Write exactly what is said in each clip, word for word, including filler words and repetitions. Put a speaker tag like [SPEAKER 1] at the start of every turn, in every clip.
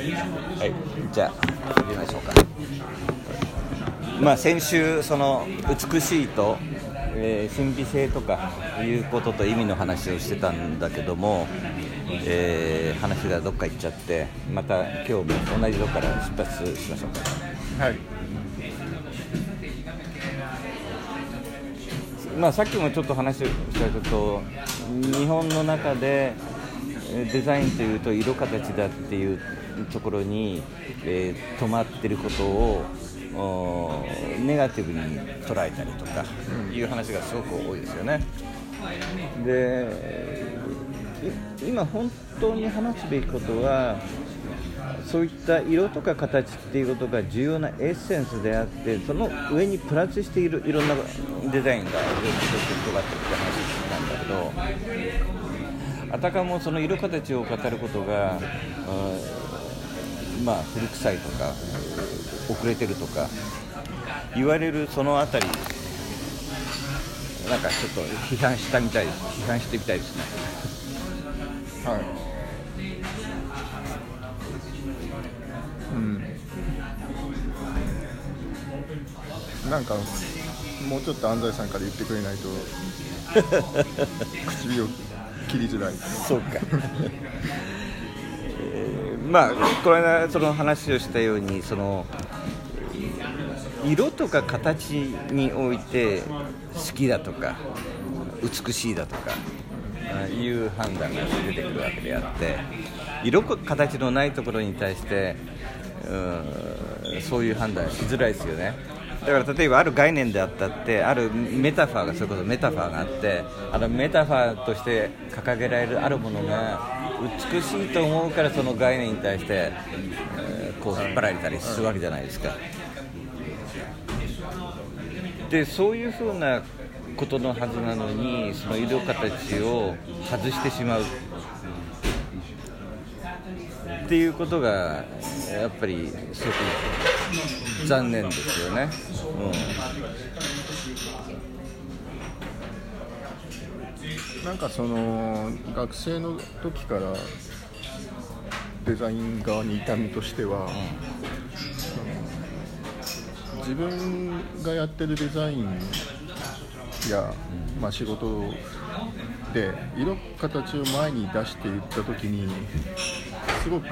[SPEAKER 1] はい、じゃあ始めましょうか。まあ先週その美しいと、えー、神秘性とかいうことと意味の話をしてたんだけども、えー、話がどっか行っちゃって、また今日も同じとこから出発しましょうか。
[SPEAKER 2] はい。
[SPEAKER 1] まあさっきもちょっと話をしたけど、日本の中でデザインというと色形だっていうところに、えー、止まってることをネガティブに捉えたりとかいう話がすごく多いですよね。で、今本当に話すべきことは、そういった色とか形っていうことが重要なエッセンスであって、その上にプラスしているいろんなデザインがいろんなことがあってって話なんだけど、あたかもその色形を語ることが、まあ古臭いとか遅れてるとか言われるそのあたり、なんかちょっと批判したみたいです。批判してみたいですね。
[SPEAKER 2] はい。うん。なんかもうちょっと安西さんから言ってくれないと唇を切りづらい。
[SPEAKER 1] そうか。えー、まあこれはその話をしたように、その色とか形において好きだとか美しいだとかいう判断が出てくるわけであって、色形のないところに対してうーんそういう判断しづらいですよね。だから例えばある概念であったって、あるメタファーが、それこそメタファーがあって、あのメタファーとして掲げられるあるものが美しいと思うから、その概念に対して、えー、こう引っ張られたりするわけじゃないですか。で、そういうふうなことのはずなのに、その色形を外してしまうっていうことがやっぱりすごく残念ですよね。
[SPEAKER 2] うん、なんかその学生の時からデザイン側にいた身としては、うん、自分がやってるデザインや、まあ、仕事で色形を前に出していった時にすごく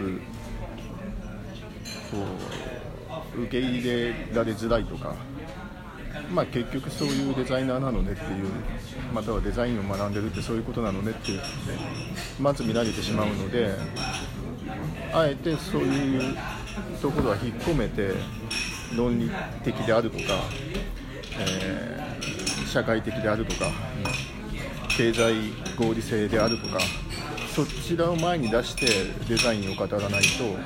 [SPEAKER 2] こう受け入れられづらいとか、まあ、結局そういうデザイナーなのねっていう、またはデザインを学んでるってそういうことなのねっていう、まず見られてしまうので、あえてそういうところは引っ込めて論理的であるとか、えー、社会的であるとか、経済合理性であるとか、そちらを前に出してデザインを語らないと、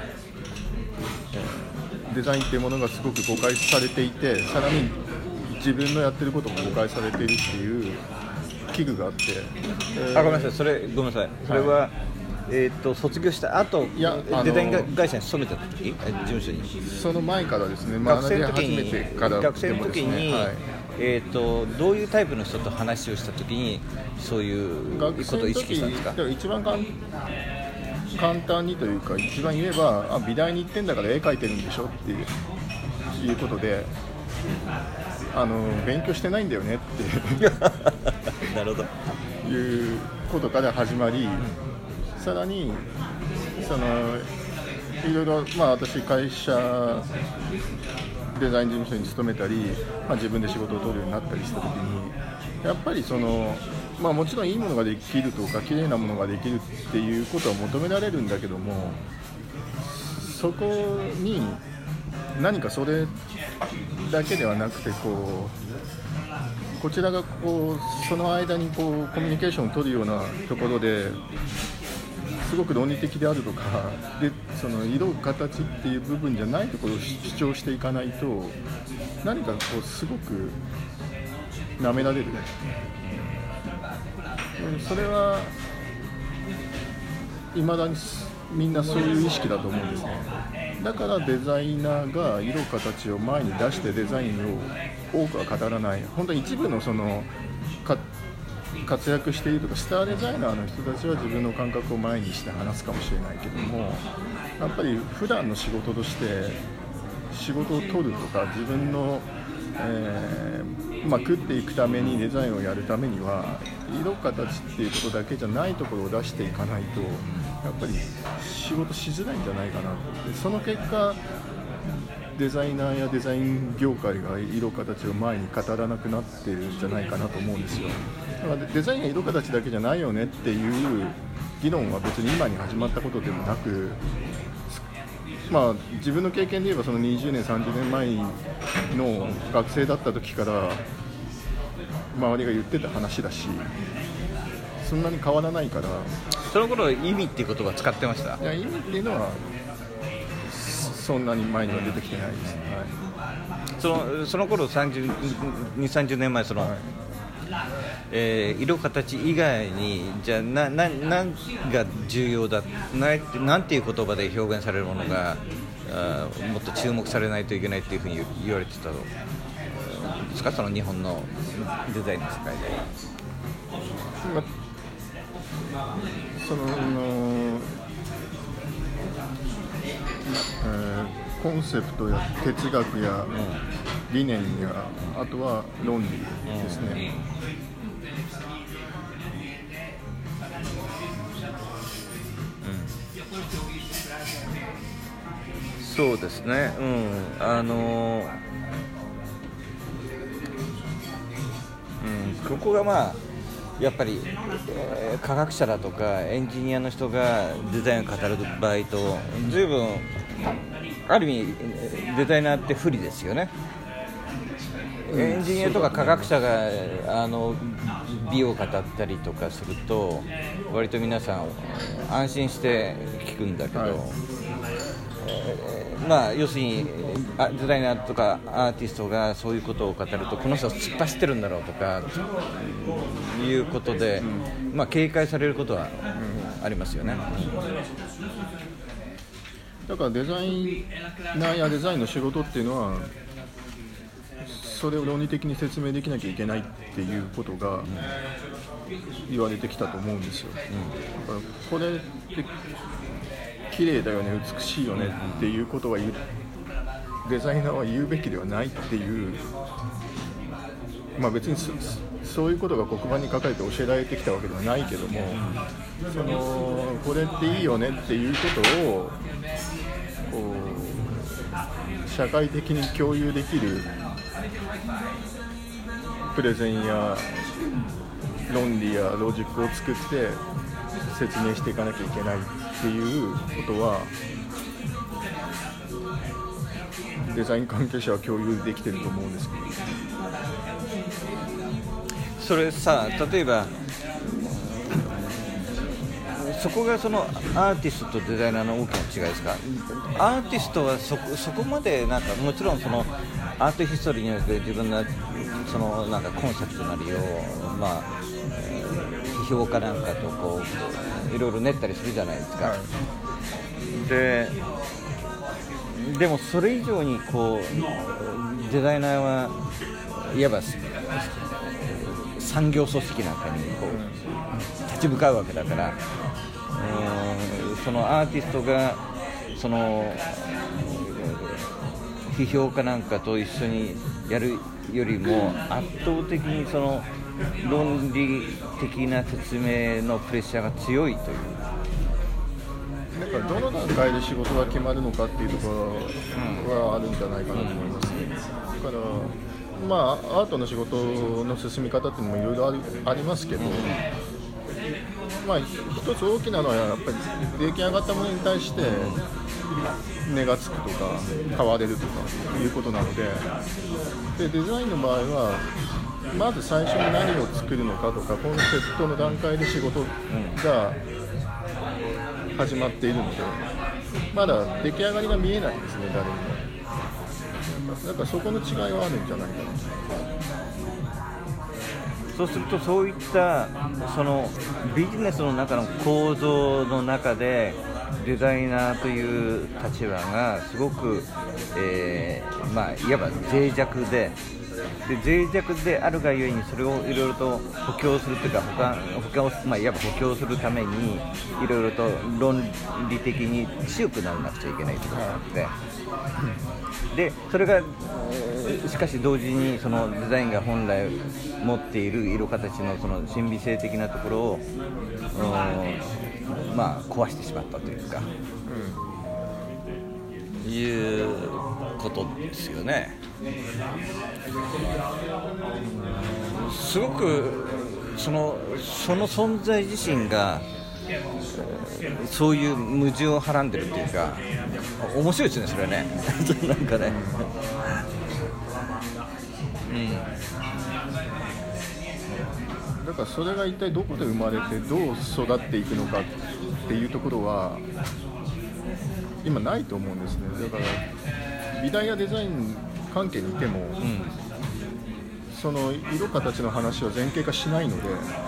[SPEAKER 2] えー、デザインっていうものがすごく誤解されていて、さらに自分のやってることも誤解されているっていう危惧があって、
[SPEAKER 1] えー、あ、ごめんなさい、それごめんなさい、それは、はい、えー、と卒業した後、いやデザイン会社に勤めた時、事務所に
[SPEAKER 2] その前からですね、
[SPEAKER 1] 学生の時に、
[SPEAKER 2] 学めてから
[SPEAKER 1] 学生の時に、
[SPEAKER 2] はい、
[SPEAKER 1] えー、とどういうタイプの人と話をした時にそういうことを意識したんですか？
[SPEAKER 2] 一番かん簡単にというか、一番言えば、あ、美大に行ってんだから絵描いてるんでしょっていう、いうことで、あの勉強してないんだよねって
[SPEAKER 1] なるほ
[SPEAKER 2] どいうことから始まり、さらにそのいろいろ、まあ、私会社デザイン事務所に勤めたり、まあ、自分で仕事を取るようになったりしたときに、やっぱりその、まあ、もちろんいいものができるとか綺麗なものができるっていうことは求められるんだけども、そこに何かそれだけではなくて、こうこちらがこうその間にこうコミュニケーションを取るようなところですごく論理的であるとかで、その色形っていう部分じゃないところを主張していかないと、何かこうすごく舐められる。それは未だにみんなそういう意識だと思うんですね。だからデザイナーが色形を前に出してデザインを多くは語らない、本当に一部のそのか活躍しているとかスターデザイナーの人たちは自分の感覚を前にして話すかもしれないけども、やっぱり普段の仕事として仕事を取るとか自分の、えーまあ、食っていくためにデザインをやるためには色形っていうことだけじゃないところを出していかないとやっぱり仕事しづらいんじゃないかなと。でその結果デザイナーやデザイン業界が色形を前に語らなくなってるんじゃないかなと思うんですよ。だからデザインが色形だけじゃないよねっていう議論は別に今に始まったことでもなく、まあ、自分の経験で言えばそのにじゅうねんさんじゅうねんまえの学生だった時から周りが言ってた話だし、そんなに変わらないから。
[SPEAKER 1] その頃意味っていう言葉使ってました？
[SPEAKER 2] いや、意味っていうのはそんなに前には出てきてないです、はい、
[SPEAKER 1] そのその頃さんじゅうに、さんじゅうねんまえその、はい、えー、色形以外にじゃあなな何が重要だ、ななんていう言葉で表現されるものがあもっと注目されないといけないっていうふうに言われてたのですか、その日本のデザインの世界で。
[SPEAKER 2] まそのえー、コンセプトや哲学や理念や、あとは論理ですね、
[SPEAKER 1] うん、そうですね、うん、あのーうん、ここがまあやっぱり、えー、科学者だとかエンジニアの人がデザインを語る場合と随分ある意味デザイナーって不利ですよね、うん、エンジニアとか科学者があの美を語ったりとかすると割と皆さん安心して聞くんだけど、はい、えー、まあ要するにデザイナーとかアーティストがそういうことを語るとこの人突っ走ってるんだろうとかいうことで、うん、まあ警戒されることはありますよね、
[SPEAKER 2] うん、だからデザイナーやデザインの仕事っていうのはそれを論理的に説明できなきゃいけないっていうことが言われてきたと思うんですよ、うん、だからこれって綺麗だよね、美しいよねっていうことは言うデザイナーは言うべきではないっていう、まあ別に そ, そういうことが黒板に書かれて教えられてきたわけではないけども、そのこれっていいよねっていうことをこう社会的に共有できるプレゼンや論理やロジックを作って説明していかなきゃいけないっていうことはデザイン関係者は共有できてると思うんですけど、
[SPEAKER 1] それさ、例えばそこがそのアーティストとデザイナーの大きな違いですか。アーティストは そ, そこまでなんかもちろんそのアートヒストリーにおいて自分のそのなんかコンセプトなりをまあ、えー、批評家なんかとこういろいろ練ったりするじゃないですか、はい、ででもそれ以上にこうデザイナーはいわば産業組織なんかにこう立ち向かうわけだから、うん、そのアーティストがその批評家なんかと一緒にやるよりも圧倒的にその論理的な説明のプレッシャーが強いという。
[SPEAKER 2] だからどの段階で仕事が決まるのかっていうところはあるんじゃないかなと思いますね。だからまあアートの仕事の進み方っていうのもいろいろあり、ありますけど、まあ一つ大きなのはやっぱり出来上がったものに対して値がつくとか買われるとかいうことなので、でデザインの場合はまず最初に何を作るのかとかコンセプトの段階で仕事が始まっているので、まだ出来上がりが見えないんですね、誰にも。だからそこの違いはあるんじゃないかな。
[SPEAKER 1] そうするとそういったそのビジネスの中の構造の中でデザイナーという立場がすごく、えーまあ、いわば脆弱でで脆弱であるがゆえにそれをいろいろと補強するというか他他を、まあ、いわば補強するためにいろいろと論理的に強くならなくちゃいけないということがあって、でそれがしかし同時にそのデザインが本来持っている色形のその神秘性的なところを、まあ、壊してしまったというか、うん、いうことですよね。すごくその、その存在自身がそういう矛盾をはらんでるっていうか面白いですね、それはねなんかね、うん、
[SPEAKER 2] だからそれが一体どこで生まれてどう育っていくのかっていうところは今ないと思うんですね。だから美大やデザイン関係にいても、うん、その色形の話は前傾化しないので、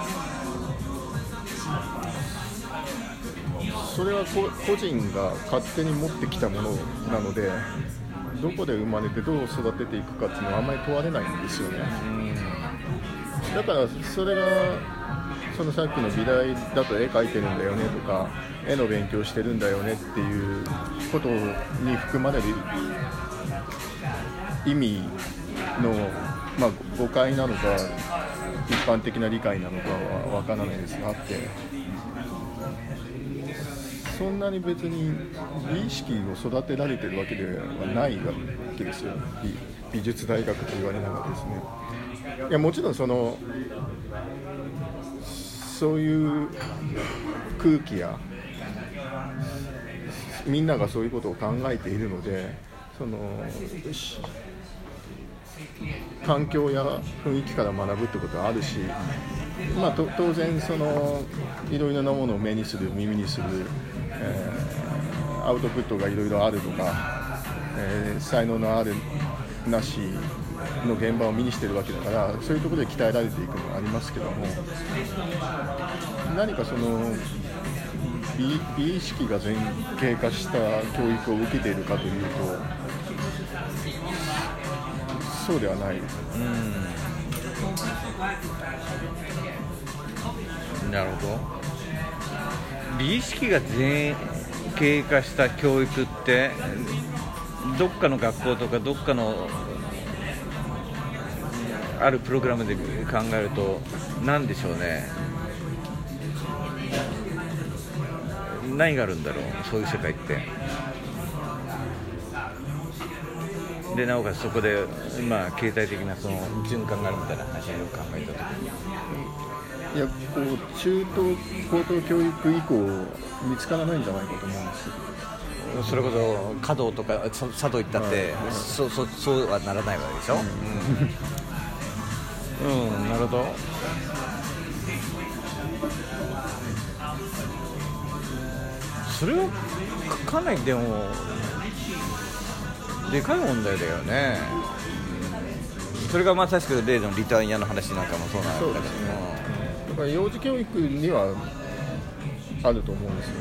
[SPEAKER 2] それは個人が勝手に持ってきたものなので、どこで生まれてどう育てていくかっていうのはあんまり問われないんですよね。うん、だからそれがそのさっきの美大だと絵描いてるんだよねとか絵の勉強してるんだよねっていうことに含まれる意味の、まあ、誤解なのか一般的な理解なのかは分からないですがあって、そんなに別に美意識を育てられてるわけではないわけですよ。 美, 美術大学と言われながらですね。いやもちろんそのそういう空気やみんながそういうことを考えているので、その環境や雰囲気から学ぶってことはあるし、まあ、と当然そのいろいろなものを目にする耳にする、えー、アウトプットがいろいろあるとか、えー、才能のあるなしの現場を見にしてるわけだから、そういうところで鍛えられていくのはありますけども、何かその 美, 美意識が前傾化した教育を受けているかというとそうではない。
[SPEAKER 1] うん、なるほど。美意識が前傾化した教育ってどっかの学校とかどっかのあるプログラムで考えると何でしょうね、何があるんだろう、そういう世界って。でなおかつそこで、まあ、経済的なその循環があるみたいな話を考えたときに、
[SPEAKER 2] いやこう中等高等教育以降見つからないんじゃないかと思うんですけど、
[SPEAKER 1] それこそ華道とか茶道行ったって、はい、そ, そ, そうはならないわけでしょ。うん、うん、なるほど。それはかなりでもでかい問題だよね。それがまさしく例のリターン屋の話なんかもそうなんだけども、ね、
[SPEAKER 2] だから幼児教育にはあると思うんですよ。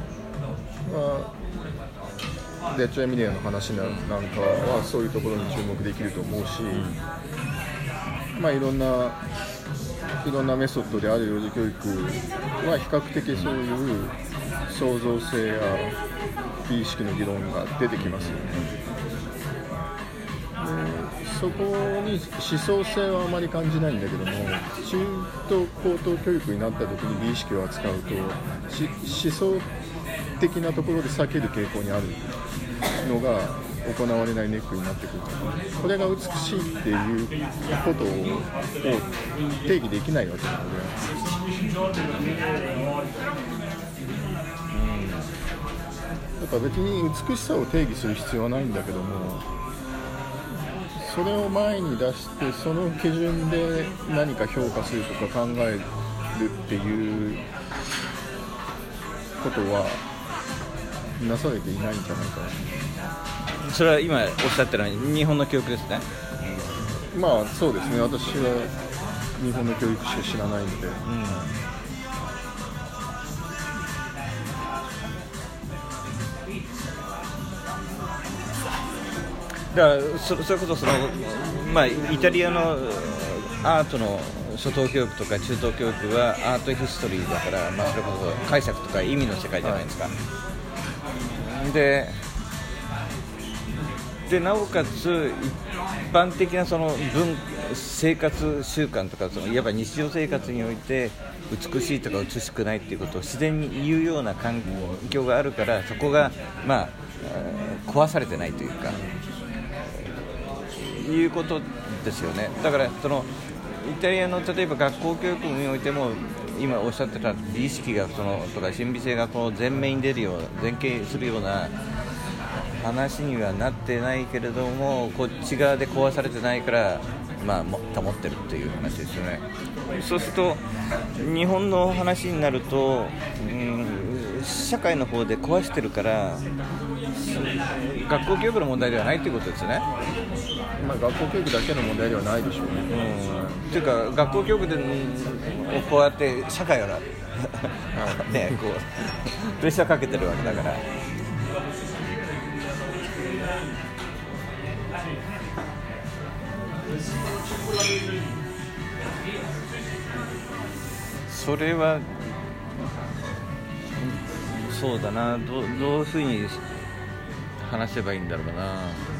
[SPEAKER 2] まあ、レッチョエミリアの話なんかはそういうところに注目できると思うし、うん、まあいろんないろんなメソッドである幼児教育は比較的そういう創造性や美意識の議論が出てきますよね。そこに思想性はあまり感じないんだけども、中等高等教育になった時に美意識を扱うと思想的なところで避ける傾向にあるのが行われないネックになってくる。これが美しいっていうことを定義できないわけなので、だから別に美しさを定義する必要はないんだけども、それを前に出してその基準で何か評価するとか考えるっていうことはなされていないんじゃないかな。
[SPEAKER 1] それは今おっしゃったのは日本の教育ですね。
[SPEAKER 2] まあそうですね、私は日本の教育しか知らないので、うん
[SPEAKER 1] だから そ, それこそそのまあ、イタリアのアートの初等教育とか中等教育はアートヒストリーだから、まあ、それこそ解釈とか意味の世界じゃないですか、はい、で, でなおかつ一般的なその文生活習慣とかそのいわば日常生活において美しいとか美しくないっていうことを自然に言うような環境があるからそこが、まあ、壊されてないというかいうことですよね。だからそのイタリアの例えば学校教育においても今おっしゃってた美意識がそのとか神秘性がこう前面に出るような前傾するような話にはなってないけれどもこっち側で壊されてないから、まあ、保ってるっていう話ですよね。そうすると日本の話になると、うん、社会の方で壊してるから学校教育の問題ではないということですね。
[SPEAKER 2] まあ、学校教育だけの問題ではないでしょうね。
[SPEAKER 1] うん、というか学校教育でこうやって社会が、ね、こうプレッシャーかけてるわけだから。それはそうだな ど, どういうふうに話せばいいんだろうな。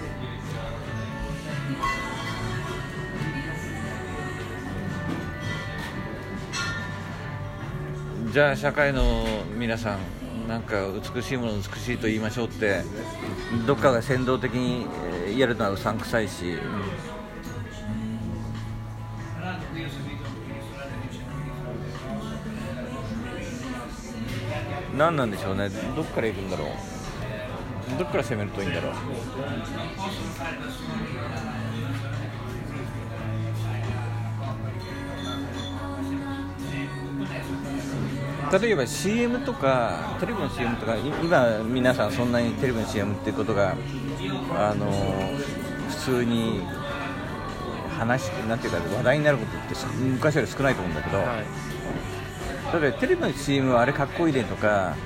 [SPEAKER 1] じゃあ社会の皆さんなんか美しいものを美しいと言いましょうってどっかが先導的にやるのはうさんくさいし、うん、何なんでしょうね。どっから行くんだろう。どっから攻めるといいんだろう。例えば シーエム とかテレビの シーエム とか今皆さんそんなにテレビの シーエム っていうことがあの普通に話なんていうか話題になることって昔より少ないと思うんだけど、はい、例えばテレビの シーエム はあれかっこいいねとか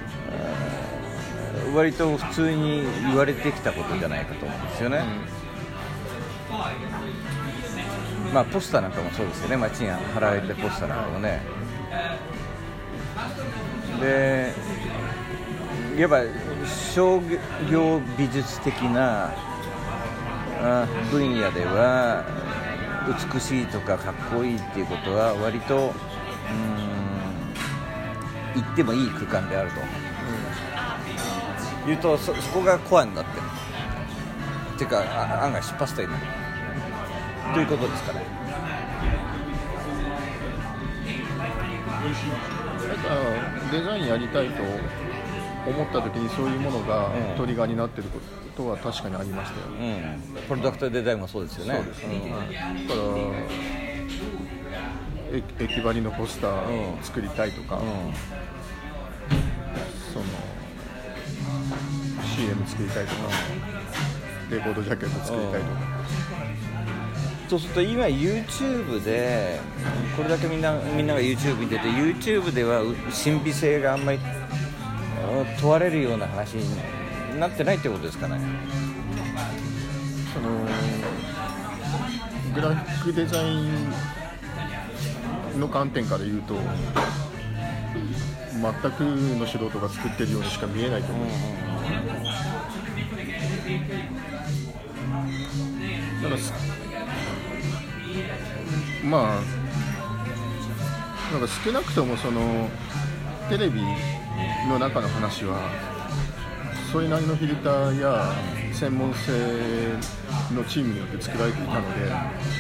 [SPEAKER 1] 割と普通に言われてきたことじゃないかと思うんですよね、うん、まあポスターなんかもそうですよね。街に貼られてポスターなんかもね。でいわば商業美術的な分野では美しいとかかっこいいっていうことは割とうーん言ってもいい空間であると、うん、言うと そ, そこがコアになってるっていうか案外出発点になるということですから、ね、
[SPEAKER 2] デザインやりたいと思った時にそういうものがトリガーになっていることは確かにありましたよ、ね、
[SPEAKER 1] うん、プロダクトデザインもそうですよね。
[SPEAKER 2] そうですね、うん、だから駅張りのポスター作りたいとか、うん、その シーエム 作りたいとか、レコードジャケット作りたいとか、
[SPEAKER 1] うん、そうすると今 YouTube でこれだけみんなみんなが YouTube に出て YouTube では神秘性があんまり問われるような話になってないってことですかね。
[SPEAKER 2] そのグラフィックデザインの観点から言うと全くの素人が作ってるようにしか見えないと思う、うんうん、だからまあなんか少なくともそのテレビの中の話はそれなりのフィルターや専門性のチームによって作られていたので、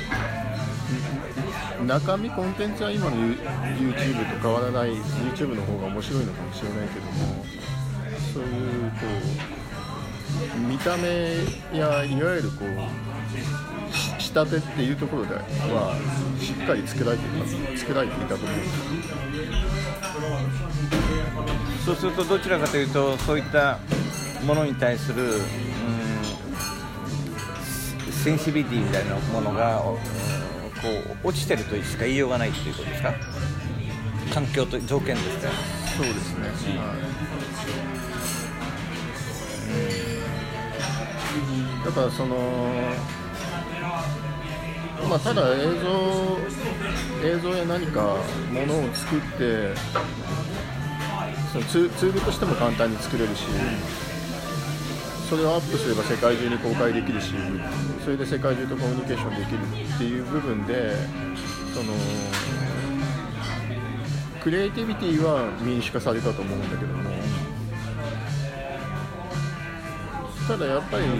[SPEAKER 2] 中身コンテンツは今の YouTube と変わらない YouTube の方が面白いのかもしれないけども、そういうこう見た目やいわゆるこう仕立てっていうところではしっかり作られていた作られていたと思うんです。
[SPEAKER 1] そうするとどちらかというとそういったものに対する、うん、センシビリティみたいなものがこう落ちてるとしか言いようがないということですか。環境と条件としては
[SPEAKER 2] そうですね、うん、だからそのまあ、ただ映像映像や何かものを作ってその ツ, ツールとしても簡単に作れるし、それをアップすれば世界中に公開できるし、それで世界中とコミュニケーションできるっていう部分で、そのクリエイティビティは民主化されたと思うんだけども、ただやっぱり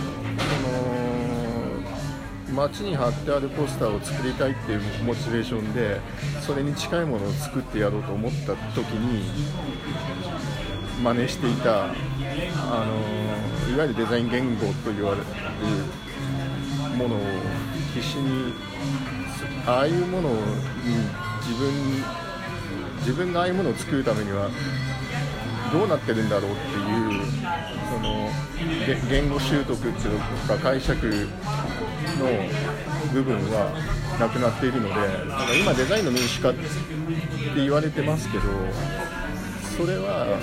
[SPEAKER 2] その街に貼ってあるポスターを作りたいっていうモチベーションでそれに近いものを作ってやろうと思った時に真似していた、あのいわゆるデザイン言語と言われるものを必死に、ああいうものに自分自分がああいうものを作るためにはどうなってるんだろうっていう、その言語習得っていうか解釈の部分はなくなっているので、なんか今デザインの民主化って言われてますけど、それは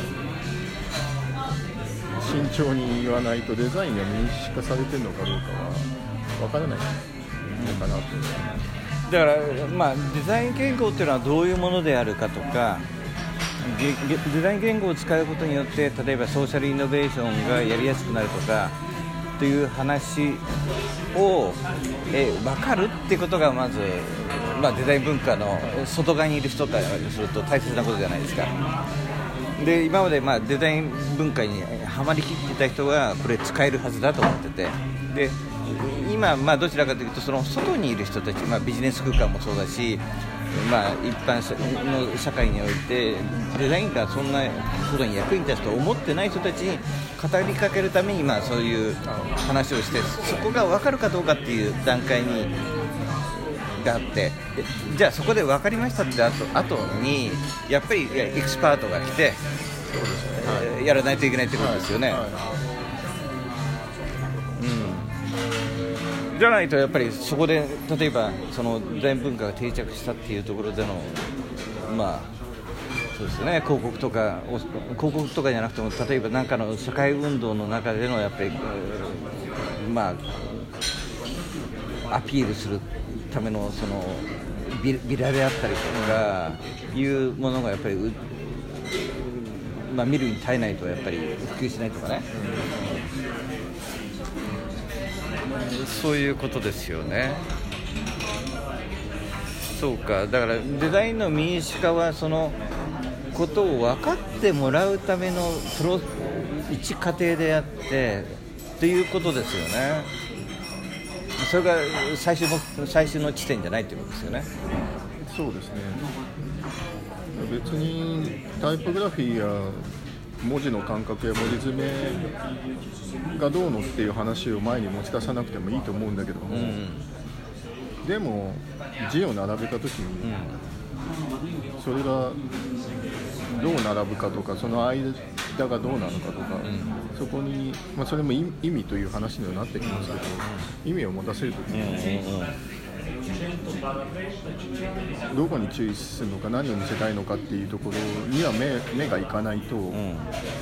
[SPEAKER 2] 慎重に言わないとデザインが民主化されてるのかどうかは分からないのかなと。
[SPEAKER 1] だから、まあ、デザイン言語っていうのはどういうものであるかとか、デザイン言語を使うことによって例えばソーシャルイノベーションがやりやすくなるとかという話をえ分かるってことがまず、まあ、デザイン文化の外側にいる人からすると大切なことじゃないですか。で今までまあデザイン文化にはまりきってた人はこれ使えるはずだと思ってて、で今まあどちらかというとその外にいる人たち、まあ、ビジネス空間もそうだし、まあ、一般の社会においてデザインがそんなことに役に立つと思ってない人たちに語りかけるために、まあ、そういう話をしてそこが分かるかどうかっていう段階にがあって、じゃあそこで分かりましたって後後にやっぱりエキスパートが来てそうですね、はい、やらないといけないってことですよね、はいはい、うん、じゃないとやっぱりそこで例えばそのデザイン文化が定着したっていうところでのまあそうですね、広告とか広告とかじゃなくても例えば何かの社会運動の中でのやっぱりまあアピールするためのその ビ, ビラであったりとかいうものがやっぱり、まあ、見るに耐えないとやっぱり普及しないとかね、うん、そういうことですよね。そうか、だからデザインの民主化はそのことを分かってもらうためのプロ一過程であってということですよね。それが最終の最終の地点じゃないということですよね。
[SPEAKER 2] そうですね。別にタイポグラフィーや文字の感覚や文字詰めがどうのっていう話を前に持ち出さなくてもいいと思うんだけども、うん、でも字を並べたときに、うん、それがどう並ぶかとかその間がどうなのかとか、うん、そこに、まあ、それも意味という話にはなってきますけど、うん、意味を持たせるときに、うん、どこに注意するのか何を見せたいのかっていうところには 目, 目がいかないと、うん、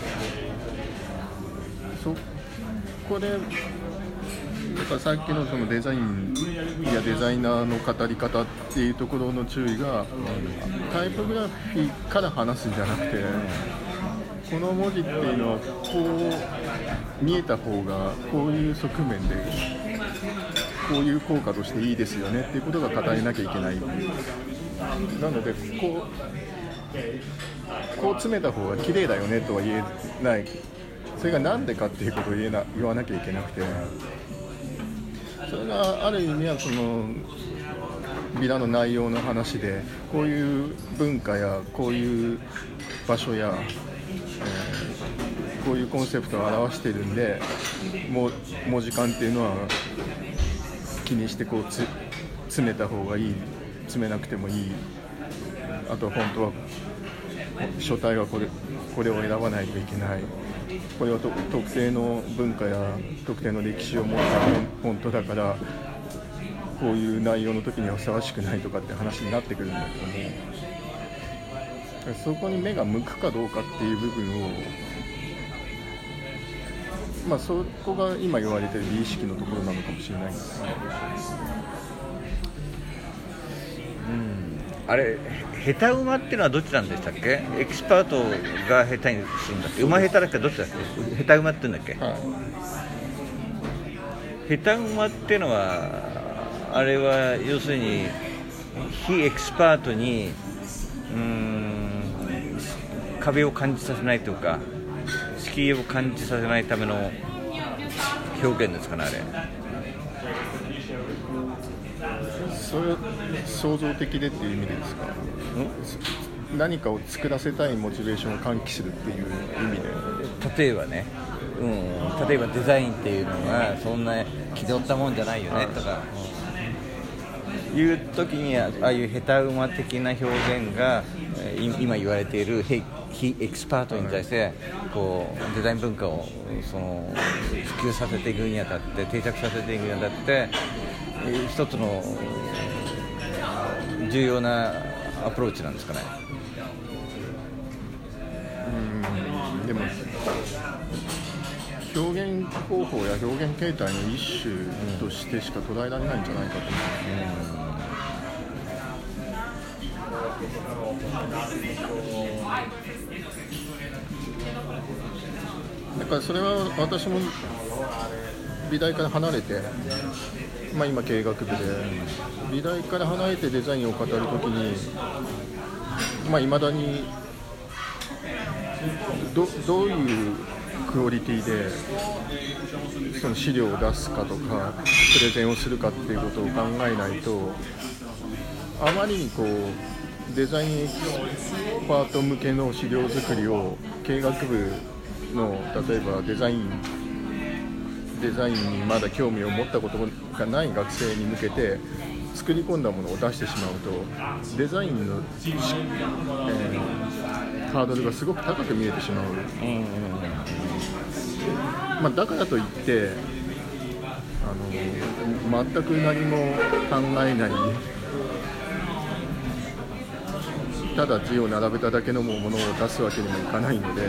[SPEAKER 2] そこでやっぱさっきのそのデザインやデザイナーの語り方っていうところの注意が、うん、タイポグラフィーから話すんじゃなくて、この文字っていうのはこう見えた方がこういう側面でこういう効果としていいですよねっていうことが語らなきゃいけない。なのでこう、こう詰めた方が綺麗だよねとは言えない。それがなんでかっていうことを言えな、言わなきゃいけなくて、それがある意味はそのビラの内容の話で、こういう文化やこういう場所や、えー、こういうコンセプトを表しているんで、もう文字間っていうのは気にしてこうつ詰めた方がいい、詰めなくてもいい、あと本当は書体はこれ、これを選ばないといけない、これはと特定の文化や特定の歴史を持った本当だからこういう内容の時にはふさわしくないとかって話になってくるんだけども、そこに目が向くかどうかっていう部分を、まあそこが今言われている美意識のところなのかもしれないんですね。
[SPEAKER 1] あれ下手馬っていうのはどっちなんでしたっけ？エキスパートが下手にするんだっけ？馬下手だっけどっちだっけ？下手馬って言うんだっけ？
[SPEAKER 2] はい、
[SPEAKER 1] 下手馬っていうのはあれは要するに非エキスパートにうーん壁を感じさせないというか敷居を感じさせないための表現ですかね、あれ。
[SPEAKER 2] それは創造的でっていう意味でですか？何かを作らせたいモチベーションを喚起するっていう意味で、
[SPEAKER 1] 例えばね、うん、例えばデザインっていうのがそんな気取ったもんじゃないよねとか、うん、いう時にはああいう下手馬的な表現が今言われている非エキスパートに対してこうデザイン文化をその普及させていくにあたって定着させていくにあたって一つの重要なアプローチなんですかね。
[SPEAKER 2] うん、でも表現方法や表現形態の一種としてしか捉えられないんじゃないかと思う、うん、だからそれは私も美大から離れて、まあ、今経営学部で美大から離れてデザインを語るときに、まあ、未だに ど, どういうクオリティでその資料を出すかとかプレゼンをするかっていうことを考えないと、あまりにこうデザインエキスパート向けの資料作りを経営学部の例えばデザインデザインにまだ興味を持ったことがない学生に向けて作り込んだものを出してしまうとデザインの、えー、ハードルがすごく高く見えてしまう、うんうんまあ、だからといってあの全く何も考えないただ字を並べただけのものを出すわけにもいかないので、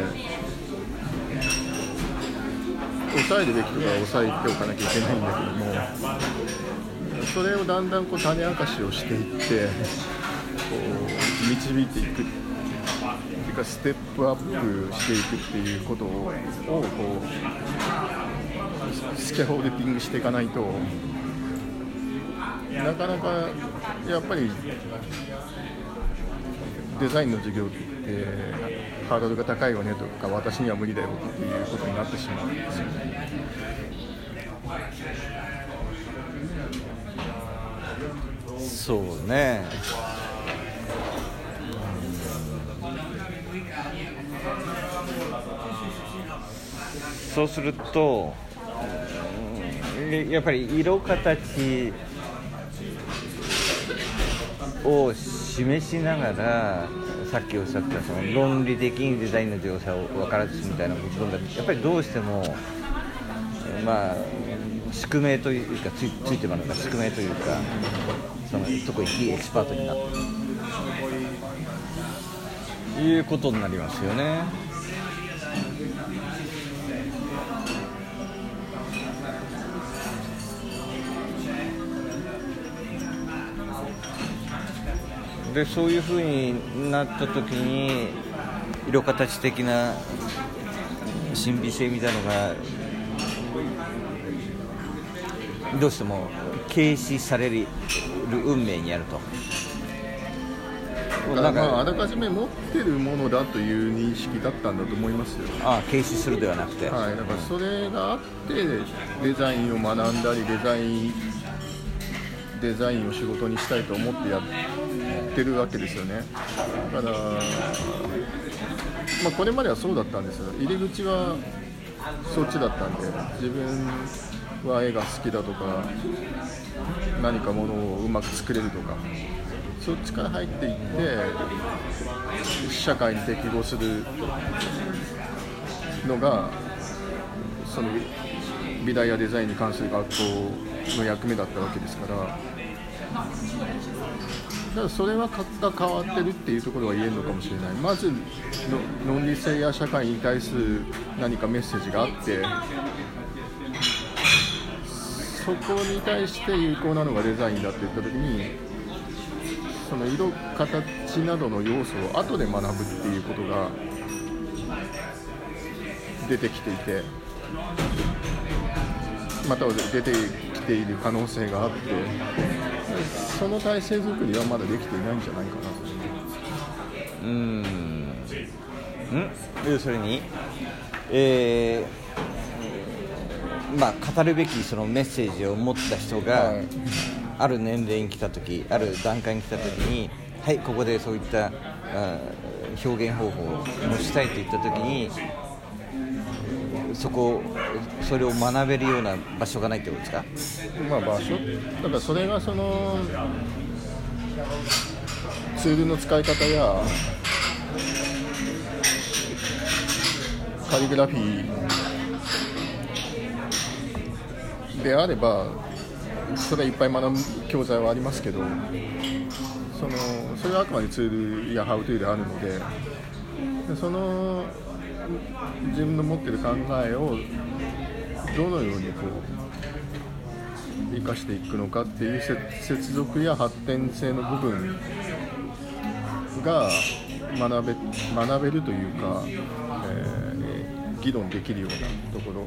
[SPEAKER 2] 抑えるべきとか抑えておかなきゃいけないんだけども、それをだんだんこう種明かしをしていってこう導いていくっていうかステップアップしていくっていうことをこうスキャフォールディングしていかないとなかなかやっぱりデザインの授業ってハードルが高いよねとか私には無理だよっていうことになってしまうんですよね。
[SPEAKER 1] そうね、そうするとやっぱり色形を示しながらさっきおっしゃったその論理的にデザインの描写を分からずみたいな部分がやっぱりどうしてもまあ宿命というか つ, ついてますが宿命というかその特に非エキスパートになってということになりますよね。でそういう風になった時に色形的な神秘性みたいなのがどうしても軽視される運命にあると。
[SPEAKER 2] だからまああらかじめ持ってるものだという認識だったんだと思いますよ。
[SPEAKER 1] ああ、軽視するではなくて、
[SPEAKER 2] はい、だからそれがあってデザインを学んだりデザインデザインを仕事にしたいと思ってやってるわけですよね。だから、まあ、これまではそうだったんですよ。入り口はそっちだったんで、自分は絵が好きだとか何かものをうまく作れるとかそっちから入っていって社会に適合するのがその美大やデザインに関する学校の役目だったわけですから、だからそれはが変わってるっていうところは言えるのかもしれない。まず論理性や社会に対する何かメッセージがあってそこに対して有効なのがデザインだって言ったときにその色形などの要素を後で学ぶっていうことが出てきていて、または出てきている可能性があって、その体制作りはまだできていないんじゃないかなと。
[SPEAKER 1] うーん、ん要するに、えーまあ、語るべきそのメッセージを持った人が、はい、ある年齢に来たとき、ある段階に来たときに、はい、ここでそういったあ表現方法をしたいといったときに、そこそれを学べるような場所がないってことですか？
[SPEAKER 2] まあ、場所だからそれがそのツールの使い方やカリグラフィーであればそれはいっぱい学ぶ教材はありますけど、そのそれはあくまでツールやハウトゥーであるので、その自分の持っている考えをどのようにこう生かしていくのかっていう接続や発展性の部分が学べ、学べるというか、えー、議論できるようなところ。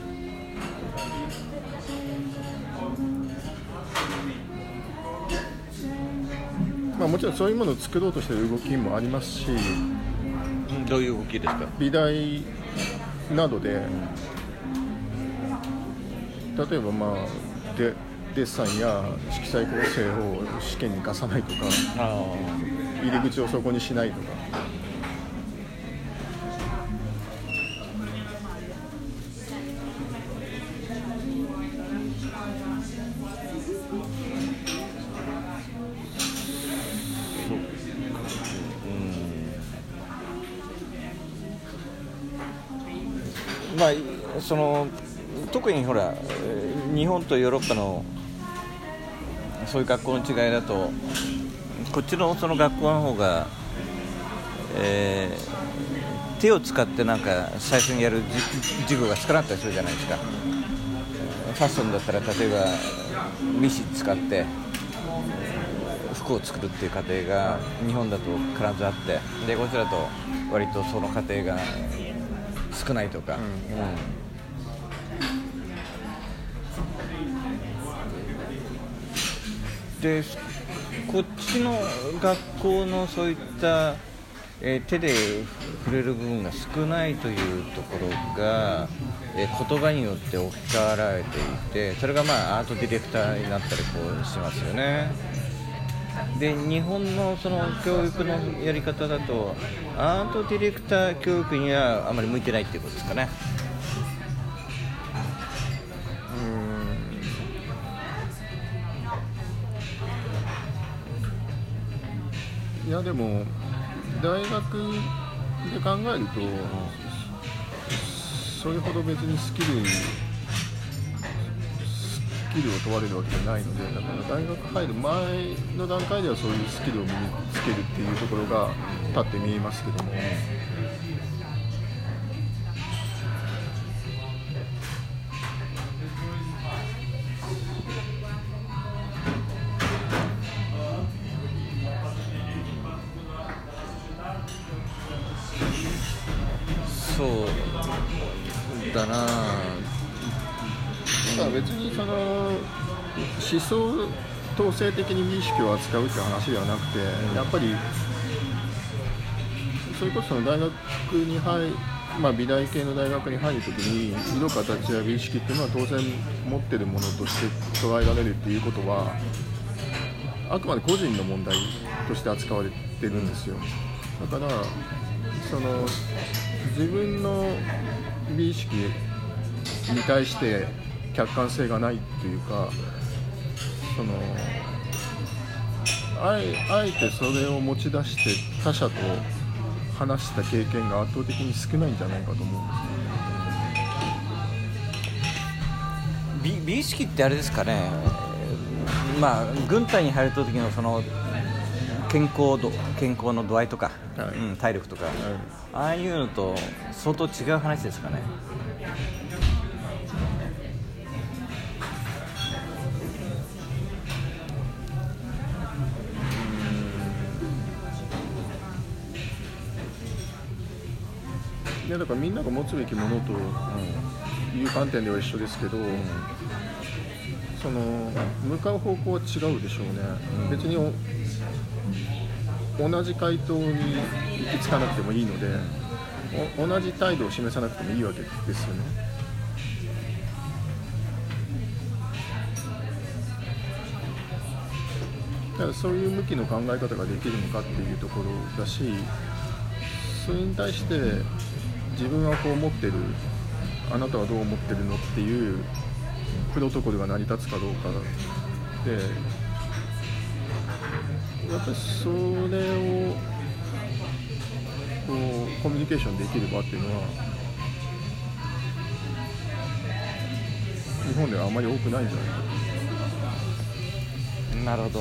[SPEAKER 2] まあ、もちろんそういうものを作ろうとしている動きもありますし、
[SPEAKER 1] どういう動きですか？
[SPEAKER 2] 美大などで、例えば、まあ、でデッサンや色彩構成を試験に生かさないとか、入り口をそこにしないとか、
[SPEAKER 1] まあ、その特にほら日本とヨーロッパのそういう学校の違いだと、こっちのその学校の方が、えー、手を使ってなんか最初にやる授業が少なかったりするじゃないですか。ファッションだったら例えばミシン使って服を作るっていう過程が日本だと必ずあって、でこちらと割とその過程が少ないとか、うんうん、でこっちの学校のそういった、えー、手で触れる部分が少ないというところが、えー、言葉によって置き換わられていて、それがまあアートディレクターになったりこうしますよね。で日本のその教育のやり方だとアートディレクター教育にはあまり向いてないっていうことですかね。
[SPEAKER 2] いやでも大学で考えるとそれほど別にスキルスキルを問われるわけじゃないので、だから大学入る前の段階ではそういうスキルを身につけるっていうところが立って見えますけども、
[SPEAKER 1] そうだな。
[SPEAKER 2] だ別にその思想統制的に美意識を扱うって話ではなくて、やっぱりそれこそ大学に入まあ、美大系の大学に入るときに色形や美意識っていうのは当然持ってるものとして捉えられるっていうことはあくまで個人の問題として扱われてるんですよ。だからその自分の美意識に対して客観性がないっていうか、その あえ、あえてそれを持ち出して他者と話した経験が圧倒的に少ないんじゃないかと思うん
[SPEAKER 1] ですね。美、美意識ってあれですかね、まあ、軍隊に入る時のその健康度、健康の度合いとか、はい、うん、体力とか、はい、ああいうのと相当違う話ですかね。
[SPEAKER 2] いやだからみんなが持つべきものという観点では一緒ですけど、うん、その向かう方向は違うでしょうね、うん、別に同じ回答に行き着かなくてもいいので、同じ態度を示さなくてもいいわけですよね。だからそういう向きの考え方ができるのかっていうところだし、それに対して自分はこう思ってる、あなたはどう思ってるのっていうプロトコルが成り立つかどうかで、やっぱりそれをこうコミュニケーションできる場っていうのは日本ではあまり多くないんじゃないかと。
[SPEAKER 1] なるほど、うん、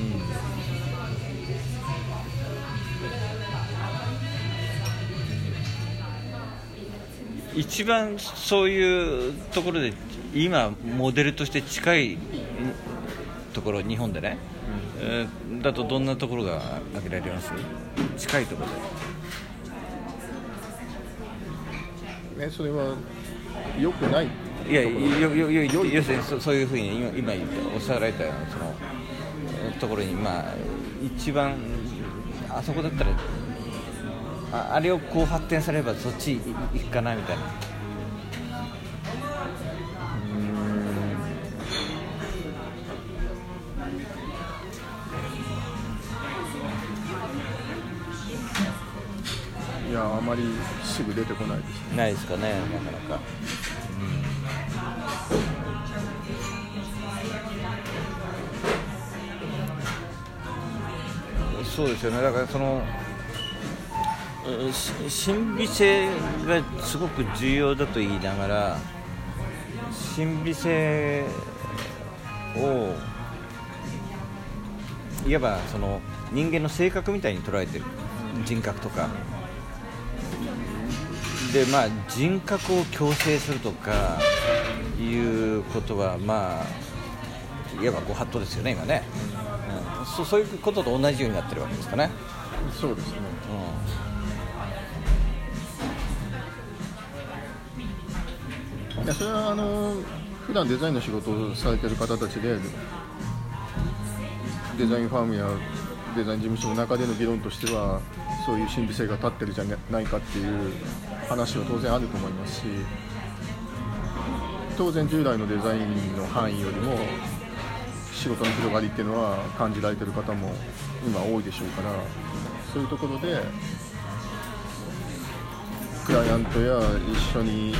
[SPEAKER 1] 一番そういうところで今モデルとして近いところ、日本でね、うんえー、だとどんなところが挙げられます？近いところ
[SPEAKER 2] で、ね、それは良くない。
[SPEAKER 1] いや、よよよよ要するに そ, そういうふうに今今言ったおっしゃられたようなそのところに、まあ一番あそこだったら あ, あれをこう発展されればそっち行くかなみたいな。
[SPEAKER 2] いやあまりすぐ出てこないですね。
[SPEAKER 1] ないですかね、なかなか。うん、そうですよね。だからその審美性がすごく重要だと言いながら、審美性をいわばその人間の性格みたいに捉えてる、人格とかで、まあ、人格を強制するとかいうことは、まあいわばご法度ですよね今ね、うん、そ, そういうことと同じようになってるわけですかね。
[SPEAKER 2] そうですね、うん、いやそれはあの普段デザインの仕事をされている方たちでデザインファームやデザイン事務所の中での議論としてはそういう審美性が立ってるじゃないかっていう話は当然あると思いますし、当然従来のデザインの範囲よりも仕事の広がりっていうのは感じられている方も今多いでしょうから、そういうところでクライアントや一緒に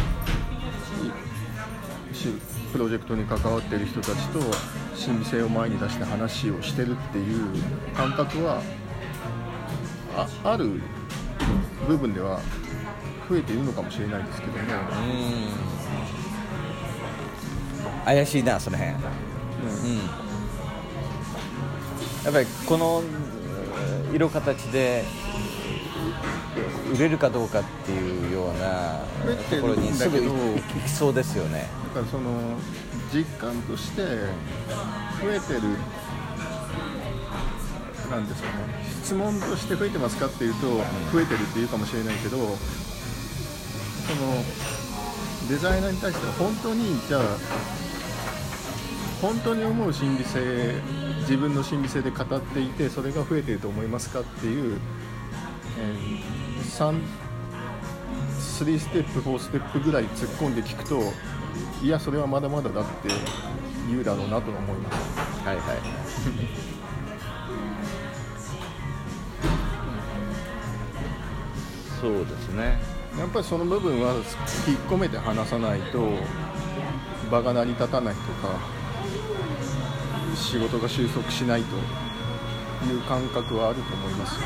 [SPEAKER 2] プロジェクトに関わっている人たちと審美性を前に出して話をしてるっていう感覚は あ, ある部分では増えているのかもしれないですけどね。
[SPEAKER 1] うん、怪しいなその辺、うんうん、やっぱりこの色形で売れるかどうかっていうようなところにすぐ行きそうですよね。
[SPEAKER 2] だからその実感として増えてるなんですかね、質問として増えてますかっていうと増えてるっていうかもしれないけど、そのデザイナーに対しては本当にじゃあ本当に思う審美性、自分の審美性で語っていてそれが増えていると思いますかっていう、えー、さん、スリーステップ、フォーステップぐらい突っ込んで聞くと、いやそれはまだまだだって言うだろうなと思います。
[SPEAKER 1] はいはいそうですね。
[SPEAKER 2] やっぱりその部分は引っ込めて話さないと場が成り立たないとか仕事が収束しないという感覚はあると思います。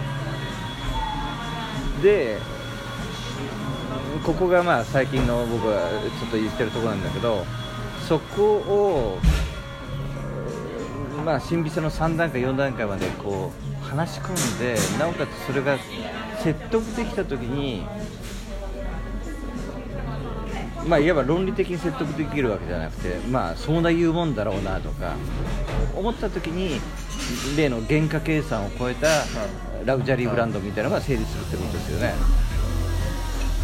[SPEAKER 1] でここがまあ最近の僕はちょっと言ってるところなんだけど、そこをまあ審美性のさん段階よん段階までこう話し込んで、なおかつそれが説得できたときに、まあいわば論理的に説得できるわけじゃなくて、まあそういうもんだろうなとか思ったときに、例の原価計算を超えたラグジュアリーブランドみたいなのが成立するってことですよね。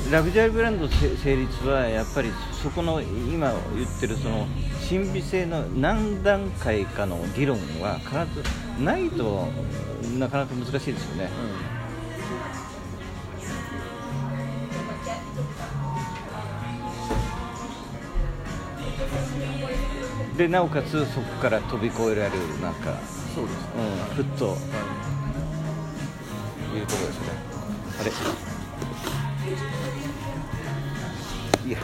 [SPEAKER 1] ラグジュアリーブランド成立はやっぱりそこの今言ってるその審美性の何段階かの議論は必ずないとなかなか難しいですよね。うん、でなおかつそこから飛び越えられるなんか
[SPEAKER 2] そうです、
[SPEAKER 1] うん、ふっと、はい、いうところですね。あれ